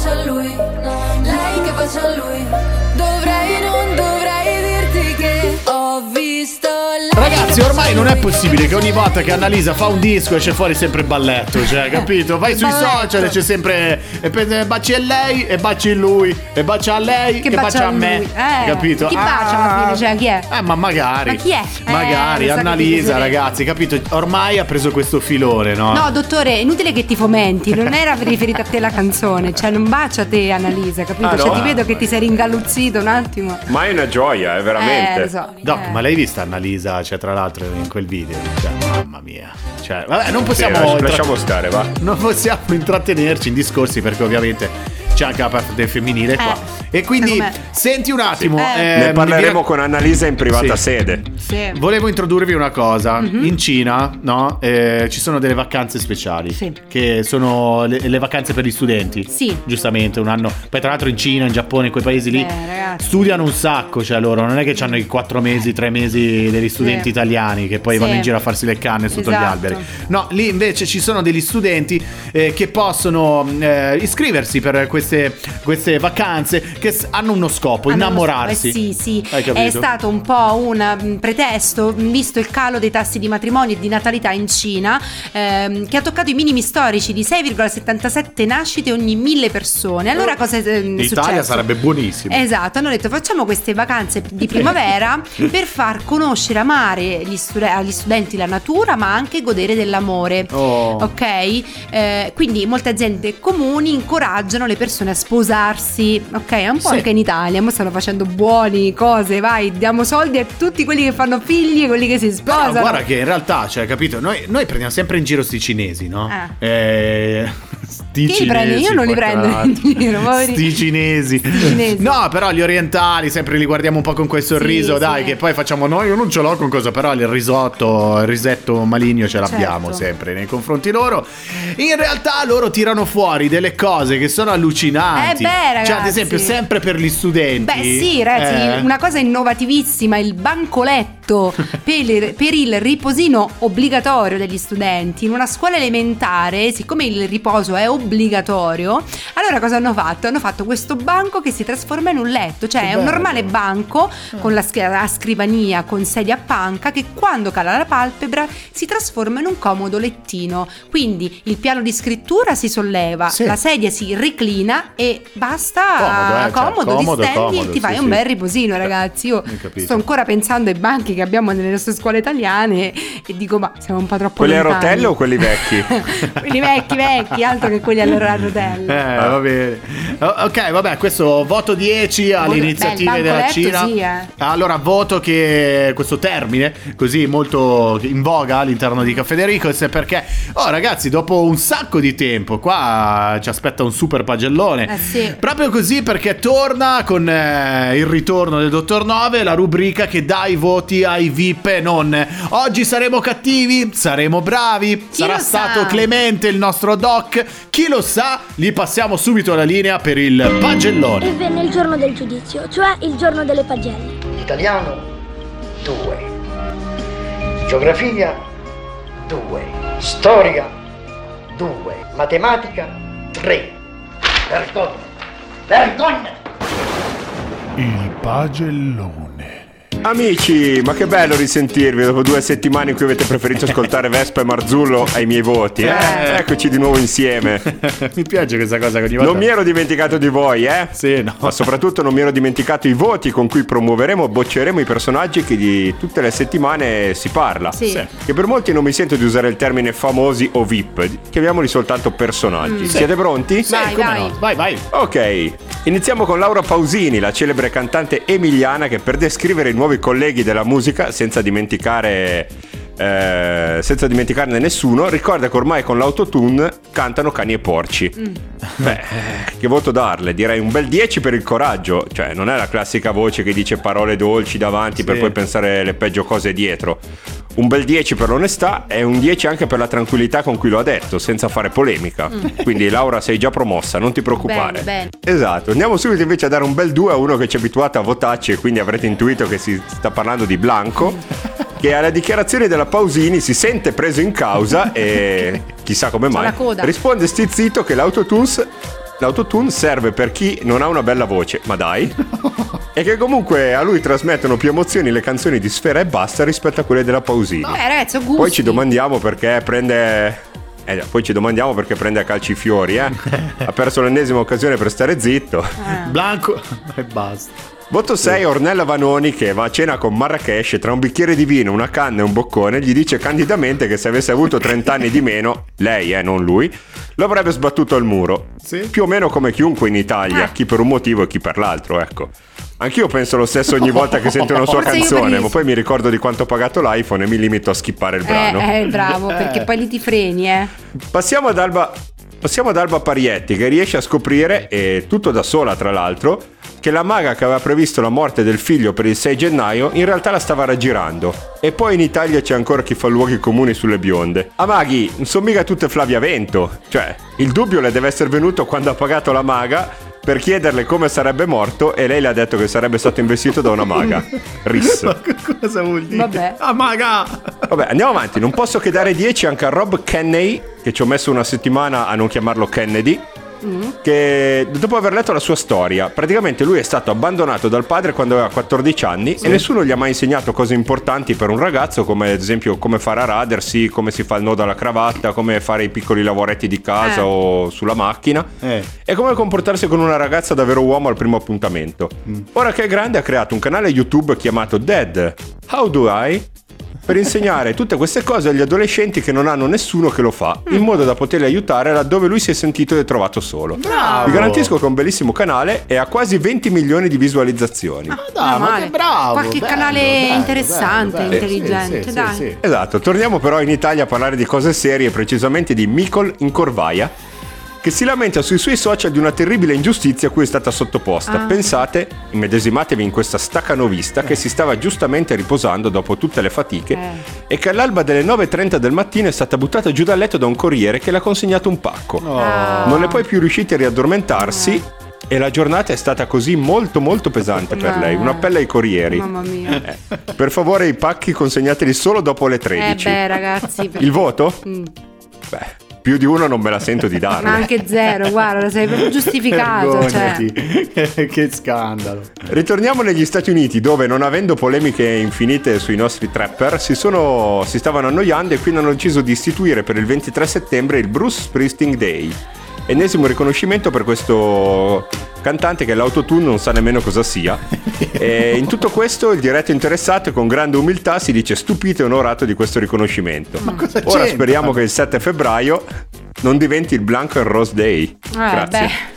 faccia lui, lei che faccia lui. Non dovrei dirti che ho visto lei. Ragazzi, ormai non è possibile che ogni volta che Annalisa fa un disco esce fuori sempre balletto, cioè, capito? Vai sui social e c'è sempre baci a lei e baci lui e bacia a lei che bacia a me, capito? Chi bacia alla fine, cioè chi è? Ma magari. Ma chi è? Magari Annalisa, ragazzi, capito? Ormai ha preso questo filone, no? No, dottore, è inutile che ti fomenti, non era riferita a te la canzone, cioè non bacia a te Annalisa, capito? Cioè no? ti vedo che ti sei ringalluzzito un attimo. Ma è una gioia, veramente. Lo so. Doc, ma l'hai vista Annalisa, cioè tra l'altro in quel video, cioè, mamma mia, cioè, vabbè, non possiamo lasciamo stare, va. Non possiamo intrattenerci in discorsi perché ovviamente c'è anche la parte femminile qua. E quindi senti un attimo, ne parleremo con Annalisa in privata sede. Sì. Volevo introdurvi una cosa. In Cina, no, ci sono delle vacanze speciali che sono le vacanze per gli studenti. Sì. Giustamente, un anno. Poi tra l'altro in Cina, in Giappone, in quei paesi lì studiano un sacco, cioè loro non è che hanno i 4 mesi, 3 mesi degli studenti italiani che poi vanno in giro a farsi le canne sotto gli alberi. No, lì invece ci sono degli studenti che possono iscriversi per queste vacanze che hanno uno scopo, innamorarsi. Sì. È stato un po' un pretesto, visto il calo dei tassi di matrimonio e di natalità in Cina, che ha toccato i minimi storici di 6,77 nascite ogni 1000 persone. Allora cosa è successo? L'Italia sarebbe buonissima. Esatto, hanno detto facciamo queste vacanze di primavera per far conoscere, amare agli studenti la natura, ma anche godere dell'amore. Ok? Quindi molte aziende comuni incoraggiano le persone a sposarsi, ok? È un po' anche in Italia, mo stanno facendo buone cose, vai, diamo soldi a tutti quelli che fanno figli e quelli che si sposano. No, guarda che in realtà, cioè, capito, noi prendiamo sempre in giro sti cinesi, no? Chi li prendi? Io non li prendo in giro, sti cinesi. No, però gli orientali sempre li guardiamo un po' con quel sorriso, che poi facciamo noi, io non ce l'ho con cosa, però il risetto maligno ce l'abbiamo sempre nei confronti loro. In realtà loro tirano fuori delle cose che sono allucinanti. Ragazzi. Cioè, ad esempio, sempre per gli studenti. Beh, sì, ragazzi, una cosa innovativissima, il bancoletto per il riposino obbligatorio degli studenti in una scuola elementare. Siccome il riposo è obbligatorio, allora cosa hanno fatto? Hanno fatto questo banco che si trasforma in un letto, cioè è un normale banco con la scrivania con sedia a panca che quando cala la palpebra si trasforma in un comodo lettino. Quindi il piano di scrittura si solleva, la sedia si riclina e basta, comodo, ti stendi e ti fai un bel riposino, ragazzi. Io sto ancora pensando ai banchi che abbiamo nelle nostre scuole italiane e dico ma siamo un po' troppo quelli lontani. a rotelle o quelli vecchi? Quelli vecchi, altro che quelli a rotelle. Va bene. Ok, vabbè, questo voto 10 alle iniziative della Cina. Allora voto che questo termine così molto in voga all'interno di Caffè Dericos, perché ragazzi, dopo un sacco di tempo qua ci aspetta un super pagellone. Proprio così, perché torna con il ritorno del Dottor Nove, la rubrica che dà i voti ai VIP e non. Oggi saremo cattivi? Saremo bravi? Sarà stato clemente il nostro doc? Chi lo sa? Gli passiamo subito la linea per il pagellone. E venne il giorno del giudizio, cioè il giorno delle pagelle. Italiano 2, geografia 2, storia 2, matematica 3. Vergogna! Il pagellone. Amici, ma che bello risentirvi dopo 2 settimane in cui avete preferito ascoltare Vespa e Marzullo ai miei voti. Eccoci di nuovo insieme. Mi piace questa cosa che ogni volta... Non mi ero dimenticato di voi, Sì, no. Ma soprattutto non mi ero dimenticato i voti con cui promuoveremo, bocceremo i personaggi che di tutte le settimane si parla. Sì. Che per molti non mi sento di usare il termine famosi o VIP, chiamiamoli soltanto personaggi. Siete pronti? Sì, vai. Ok, iniziamo con Laura Pausini, la celebre cantante emiliana che per descrivere i nuovi colleghi della musica, senza dimenticarne nessuno, ricorda che ormai con l'autotune cantano cani e porci. Beh, che voto darle? Direi un bel 10 per il coraggio, cioè non è la classica voce che dice parole dolci davanti per poi pensare le peggio cose dietro. Un bel 10 per l'onestà e un 10 anche per la tranquillità con cui lo ha detto, senza fare polemica. Quindi Laura, sei già promossa, non ti preoccupare. Bene. Esatto, andiamo subito invece a dare un bel 2 a uno che ci è abituato a votarci e quindi avrete intuito che si sta parlando di Blanco, che alla dichiarazione della Pausini si sente preso in causa e chissà come mai risponde stizzito che l'autotunes l'autotune serve per chi non ha una bella voce, ma dai, e che comunque a lui trasmettono più emozioni le canzoni di Sfera e Basta rispetto a quelle della Pausini. Ragazzi, ho gusti. Poi ci domandiamo perché prende a calci i fiori, ha perso l'ennesima occasione per stare zitto. Blanco e basta. Voto 6, Ornella Vanoni, che va a cena con Marrakesh, tra un bicchiere di vino, una canna e un boccone, gli dice candidamente che se avesse avuto 30 anni di meno, lei, non lui, lo avrebbe sbattuto al muro. Sì. Più o meno come chiunque in Italia, chi per un motivo e chi per l'altro, ecco. Anch'io penso lo stesso ogni volta che sento una sua canzone, ma poi mi ricordo di quanto ho pagato l'iPhone e mi limito a skippare il brano. Bravo, perché poi lì ti freni, Passiamo ad Alba Parietti, che riesce a scoprire, e tutto da sola tra l'altro, che la maga che aveva previsto la morte del figlio per il 6 gennaio in realtà la stava raggirando. E poi in Italia c'è ancora chi fa luoghi comuni sulle bionde. A maghi non sono mica tutte Flavia Vento. Cioè, il dubbio le deve essere venuto quando ha pagato la maga per chiederle come sarebbe morto, e lei le ha detto che sarebbe stato investito da una maga. Riss. Cosa vuol dire? Vabbè. Ah, maga! Vabbè, andiamo avanti. Non posso che dare 10 anche a Rob Kennedy, che ci ho messo una settimana a non chiamarlo Kennedy, che dopo aver letto la sua storia, praticamente lui è stato abbandonato dal padre quando aveva 14 anni e nessuno gli ha mai insegnato cose importanti per un ragazzo, come ad esempio come fare a radersi, come si fa il nodo alla cravatta, come fare i piccoli lavoretti di casa o sulla macchina e come comportarsi con una ragazza davvero uomo al primo appuntamento. Ora che è grande ha creato un canale YouTube chiamato Dad, How Do I? Per insegnare tutte queste cose agli adolescenti che non hanno nessuno che lo fa, in modo da poterli aiutare laddove lui si è sentito e trovato solo. Bravo. Vi garantisco che è un bellissimo canale e ha quasi 20 milioni di visualizzazioni. Dai, ma che bravo! Qualche canale interessante, intelligente, dai. Sì. Esatto, torniamo però in Italia a parlare di cose serie, precisamente di Micol in Corvaia, che si lamenta sui suoi social di una terribile ingiustizia a cui è stata sottoposta. Pensate, immedesimatevi in questa staccanovista che si stava giustamente riposando dopo tutte le fatiche e che all'alba delle 9:30 del mattino è stata buttata giù dal letto da un corriere che le ha consegnato un pacco. Non è poi più riuscita a riaddormentarsi e la giornata è stata così molto molto pesante per lei. Un appello ai corrieri. Mamma mia. Per favore i pacchi consegnateli solo dopo le 13. Ragazzi. Il voto? Beh, più di uno non me la sento di darlo. Ma anche 0, guarda, sei proprio giustificato. Che scandalo. Ritorniamo negli Stati Uniti, dove non avendo polemiche infinite sui nostri trapper si stavano annoiando e quindi hanno deciso di istituire per il 23 settembre il Bruce Springsteen Day. Ennesimo riconoscimento per questo cantante che l'autotune non sa nemmeno cosa sia. E in tutto questo il diretto interessato con grande umiltà si dice stupito e onorato di questo riconoscimento. Ma cosa Ora c'entra? speriamo che il 7 febbraio non diventi il Blanco and Rose Day. Grazie.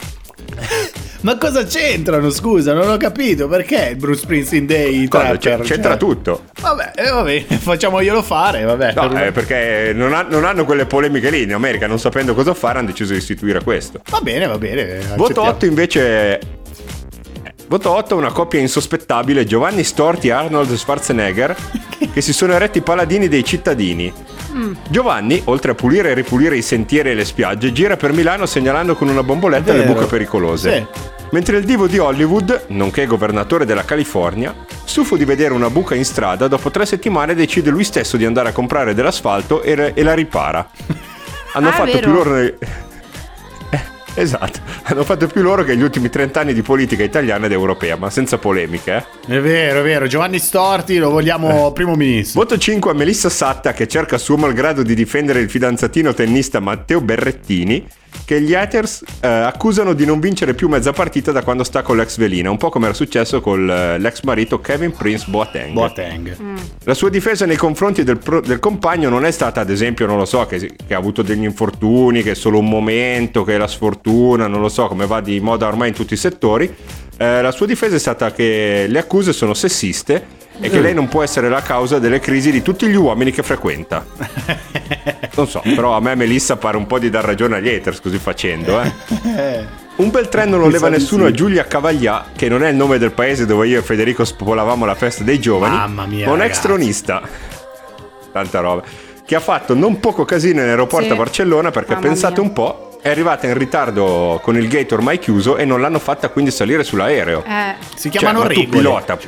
Ma cosa c'entrano? Scusa, non ho capito perché il Bruce Springsteen Day c'entra tutto. Vabbè, facciamoglielo fare, vabbè. No, perché non hanno quelle polemiche lì in America, non sapendo cosa fare hanno deciso di istituire questo. Va bene. Voto 8 invece. Voto 8 una coppia insospettabile, Giovanni Storti e Arnold Schwarzenegger, che si sono eretti paladini dei cittadini. Giovanni, oltre a pulire e ripulire i sentieri e le spiagge, gira per Milano segnalando con una bomboletta le buche pericolose. Sì. Mentre il divo di Hollywood, nonché governatore della California, stufo di vedere una buca in strada, dopo 3 settimane decide lui stesso di andare a comprare dell'asfalto e la ripara. Hanno fatto più loro... Esatto, hanno fatto più loro che gli ultimi 30 anni di politica italiana ed europea, ma senza polemiche. È vero, Giovanni Storti lo vogliamo primo ministro. Voto 5 a Melissa Satta, che cerca a suo malgrado di difendere il fidanzatino tennista Matteo Berrettini, che gli haters accusano di non vincere più mezza partita da quando sta con l'ex velina, un po' come era successo con l'ex marito Kevin Prince Boateng. La sua difesa nei confronti del compagno non è stata, ad esempio, non lo so, che ha avuto degli infortuni, che è solo un momento, che è la sfortuna, non lo so, come va di moda ormai in tutti i settori. La sua difesa è stata che le accuse sono sessiste e che lei non può essere la causa delle crisi di tutti gli uomini che frequenta. Non so, però a me Melissa pare un po' di dar ragione agli haters così facendo, Un bel treno non leva nessuno a Giulia Cavaglià, che non è il nome del paese dove io e Federico spopolavamo la festa dei giovani, Mamma mia, ma un ragazzi. ex tronista, tanta roba, che ha fatto non poco casino in aeroporto a Barcellona perché, pensate un po', è arrivata in ritardo con il gate ormai chiuso e non l'hanno fatta quindi salire sull'aereo. Si chiamano ma tu regole. pilota.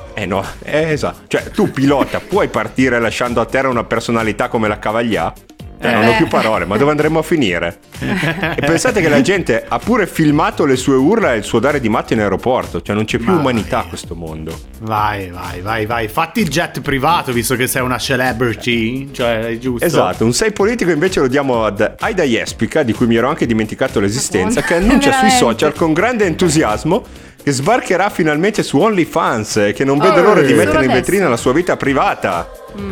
Esatto. Cioè, tu pilota, puoi partire lasciando a terra una personalità come la Cavaglià? Non ho più parole, ma dove andremo a finire? E pensate che la gente ha pure filmato le sue urla e il suo dare di matto in aeroporto. Cioè non c'è più umanità a questo mondo. Vai. Fatti il jet privato, visto che sei una celebrity. Cioè, è giusto. Esatto, un 6 politico invece lo diamo ad Aida Jespica, di cui mi ero anche dimenticato l'esistenza, che annuncia sui social con grande entusiasmo che sbarcherà finalmente su OnlyFans e che non vede l'ora di mettere in vetrina la sua vita privata.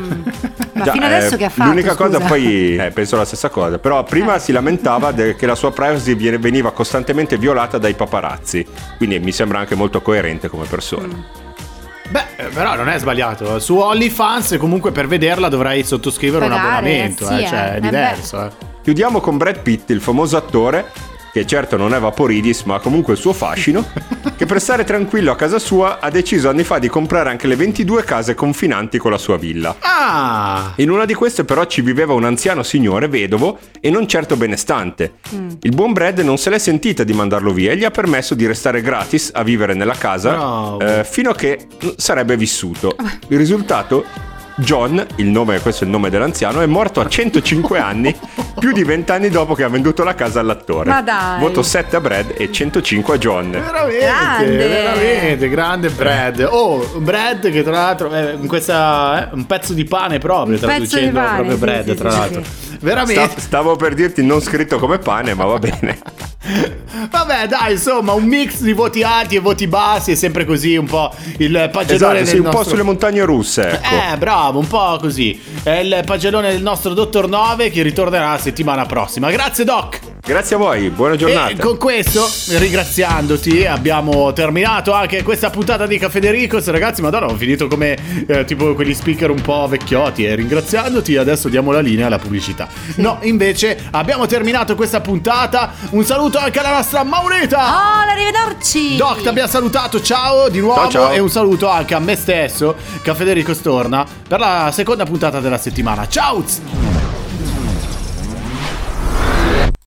Ma fino adesso che ha fatto? L'unica cosa, scusa? poi penso la stessa cosa, però prima si lamentava che la sua privacy veniva costantemente violata dai paparazzi, quindi mi sembra anche molto coerente come persona. Beh, però non è sbagliato. Su OnlyFans comunque per vederla dovrai sottoscrivere un abbonamento, sì, cioè è diverso. Chiudiamo con Brad Pitt, il famoso attore, che certo non è Vaporidis, ma ha comunque il suo fascino, che per stare tranquillo a casa sua ha deciso anni fa di comprare anche le 22 case confinanti con la sua villa. In una di queste però ci viveva un anziano signore vedovo e non certo benestante. Il buon Brad non se l'è sentita di mandarlo via e gli ha permesso di restare gratis a vivere nella casa fino a che sarebbe vissuto. Il risultato? John, questo è il nome dell'anziano, è morto a 105 anni, più di 20 anni dopo che ha venduto la casa all'attore. Ma dai. Voto 7 a Brad e 105 a John. Veramente grande Brad. Brad che tra l'altro in questa un pezzo di pane proprio, traducendo proprio Brad, tra l'altro. Veramente. Stavo per dirti non scritto come pane, ma va bene. Vabbè, dai, insomma, un mix di voti alti e voti bassi, è sempre così un po' il pagellone del un nostro... po' sulle montagne russe, ecco. Bravo, un po' così. È il pagellone del nostro Dottor 9 che ritornerà la settimana prossima. Grazie Doc. Grazie a voi, buona giornata. E con questo, ringraziandoti, abbiamo terminato anche questa puntata di Caffè De Ricos. Ragazzi, madonna, ho finito come tipo quegli speaker un po' vecchiotti. E ringraziandoti, adesso diamo la linea alla pubblicità. No, invece abbiamo terminato questa puntata. Un saluto anche alla nostra Maurita. Arrivederci. Doc, ti abbiamo salutato, ciao di nuovo. Ciao. E un saluto anche a me stesso. Caffè De Ricos torna per la seconda puntata della settimana. Ciao.